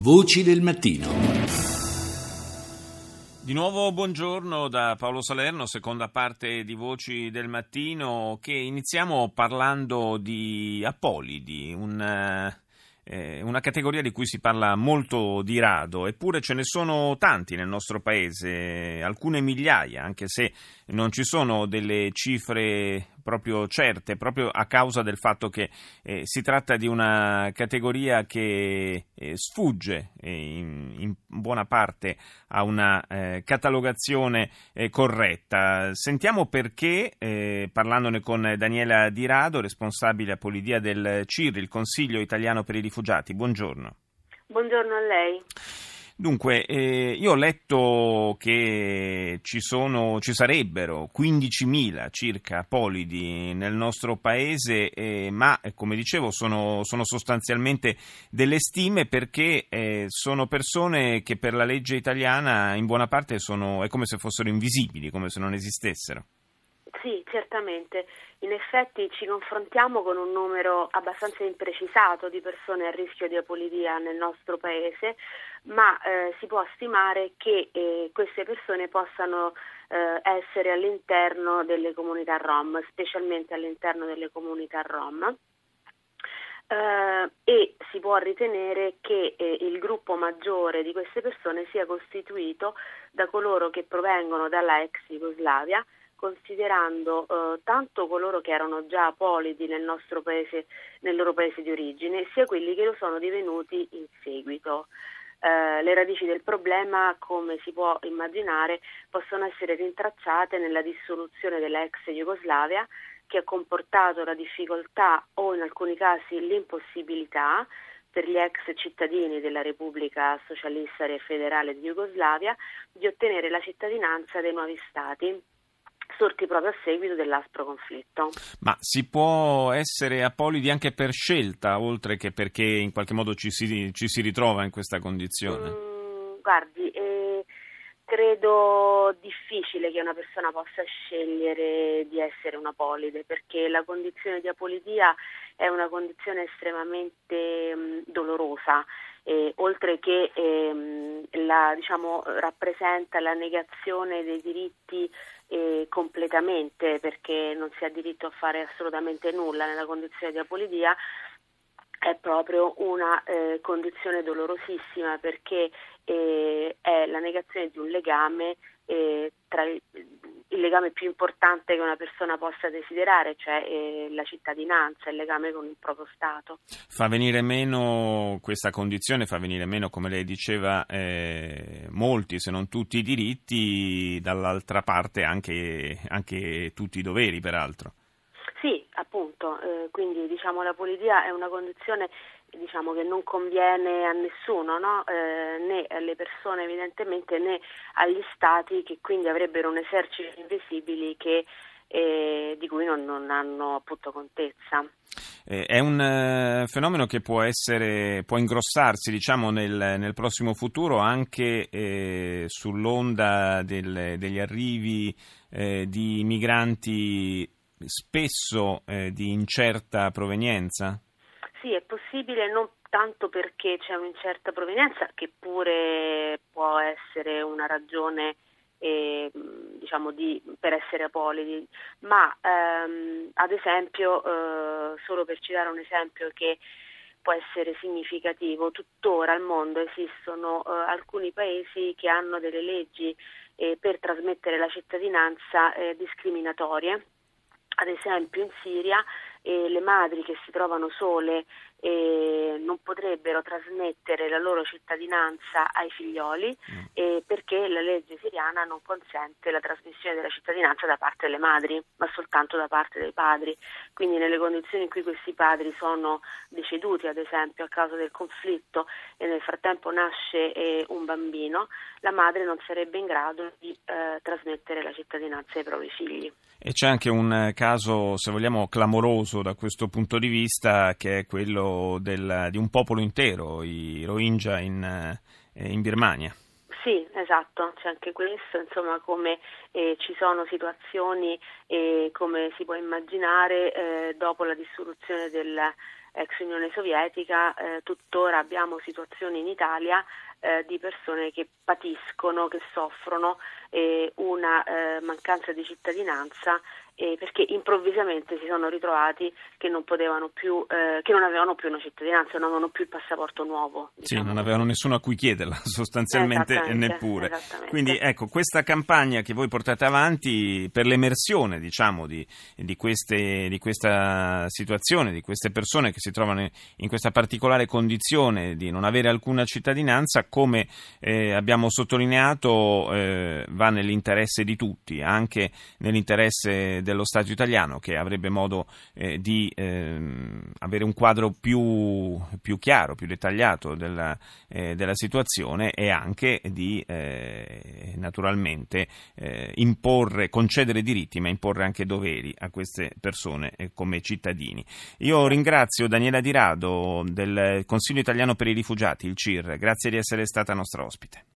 Voci del mattino. Di nuovo buongiorno da Paolo Salerno, seconda parte di Voci del Mattino, che iniziamo parlando di apolidi, una categoria di cui si parla molto di rado, eppure ce ne sono tanti nel nostro paese, alcune migliaia, anche se non ci sono delle cifre proprio certe, proprio a causa del fatto che si tratta di una categoria che sfugge in buona parte a una catalogazione corretta. Sentiamo perché, parlandone con Daniela Di Rado, responsabile apolidia del CIR, il Consiglio Italiano per i Rifugiati. Buongiorno. Buongiorno a lei. Dunque, io ho letto che ci sarebbero 15.000 circa apolidi nel nostro paese, ma come dicevo sono sostanzialmente delle stime, perché sono persone che per la legge italiana in buona parte è come se fossero invisibili, come se non esistessero. Sì, certamente. In effetti ci confrontiamo con un numero abbastanza imprecisato di persone a rischio di apolidia nel nostro paese, ma si può stimare che queste persone possano essere all'interno delle comunità Rom, specialmente all'interno delle comunità Rom. E si può ritenere che il gruppo maggiore di queste persone sia costituito da coloro che provengono dalla ex Jugoslavia, considerando tanto coloro che erano già apolidi nel nostro paese, nel loro paese di origine, sia quelli che lo sono divenuti in seguito. Le radici del problema, come si può immaginare, possono essere rintracciate nella dissoluzione della ex Jugoslavia, che ha comportato la difficoltà o in alcuni casi l'impossibilità per gli ex cittadini della Repubblica Socialista e Federale di Jugoslavia di ottenere la cittadinanza dei nuovi stati, sorti proprio a seguito dell'aspro conflitto. Ma si può essere apolidi anche per scelta, oltre che perché in qualche modo ci si ritrova in questa condizione? Guardi, credo difficile che una persona possa scegliere di essere un apolide, perché la condizione di apolidia è una condizione estremamente dolorosa, oltre che rappresenta la negazione dei diritti completamente, perché non si ha diritto a fare assolutamente nulla nella condizione di apolidia. È proprio una condizione dolorosissima, perché è la negazione di un legame tra il legame più importante che una persona possa desiderare, cioè la cittadinanza, il legame con il proprio Stato. Fa venire meno questa condizione, come lei diceva, molti, se non tutti i diritti, dall'altra parte anche tutti i doveri, peraltro. Sì, appunto, quindi l'apolidia è una condizione che non conviene a nessuno, no? Né alle persone evidentemente, né agli stati, che quindi avrebbero un esercito di invisibili di cui non hanno appunto contezza. È un fenomeno che può ingrossarsi, nel prossimo futuro, anche sull'onda degli arrivi di migranti spesso di incerta provenienza? Sì, è possibile, non tanto perché c'è un'incerta provenienza, che pure può essere una ragione per essere apolidi, ma ad esempio, solo per citare un esempio che può essere significativo, tuttora al mondo esistono alcuni paesi che hanno delle leggi per trasmettere la cittadinanza discriminatorie. Ad esempio in Siria le madri che si trovano sole non potrebbero trasmettere la loro cittadinanza ai figlioli perché la legge siriana non consente la trasmissione della cittadinanza da parte delle madri, ma soltanto da parte dei padri. Quindi nelle condizioni in cui questi padri sono deceduti, ad esempio a causa del conflitto, e nel frattempo nasce un bambino, la madre non sarebbe in grado di trasmettere la cittadinanza ai propri figli. E c'è anche un caso, se vogliamo, clamoroso da questo punto di vista, che è quello di un popolo intero, i Rohingya in Birmania. Sì, esatto, c'è anche questo, come ci sono situazioni, come si può immaginare, dopo la dissoluzione ex Unione Sovietica, tuttora abbiamo situazioni in Italia di persone che patiscono, che soffrono una mancanza di cittadinanza perché improvvisamente si sono ritrovati che non potevano più, che non avevano più una cittadinanza, non avevano più il passaporto nuovo. Sì, non avevano nessuno a cui chiederla, sostanzialmente neppure. Quindi ecco, questa campagna che voi portate avanti per l'emersione, diciamo, di questa situazione, di queste persone che si trovano in questa particolare condizione di non avere alcuna cittadinanza, come abbiamo sottolineato, va nell'interesse di tutti, anche nell'interesse dello Stato italiano, che avrebbe modo di avere un quadro più chiaro, più dettagliato della situazione, e anche di naturalmente concedere diritti, ma imporre anche doveri a queste persone come cittadini. Io ringrazio Daniela Di Rado del Consiglio Italiano per i Rifugiati, il CIR, grazie di essere stata nostra ospite.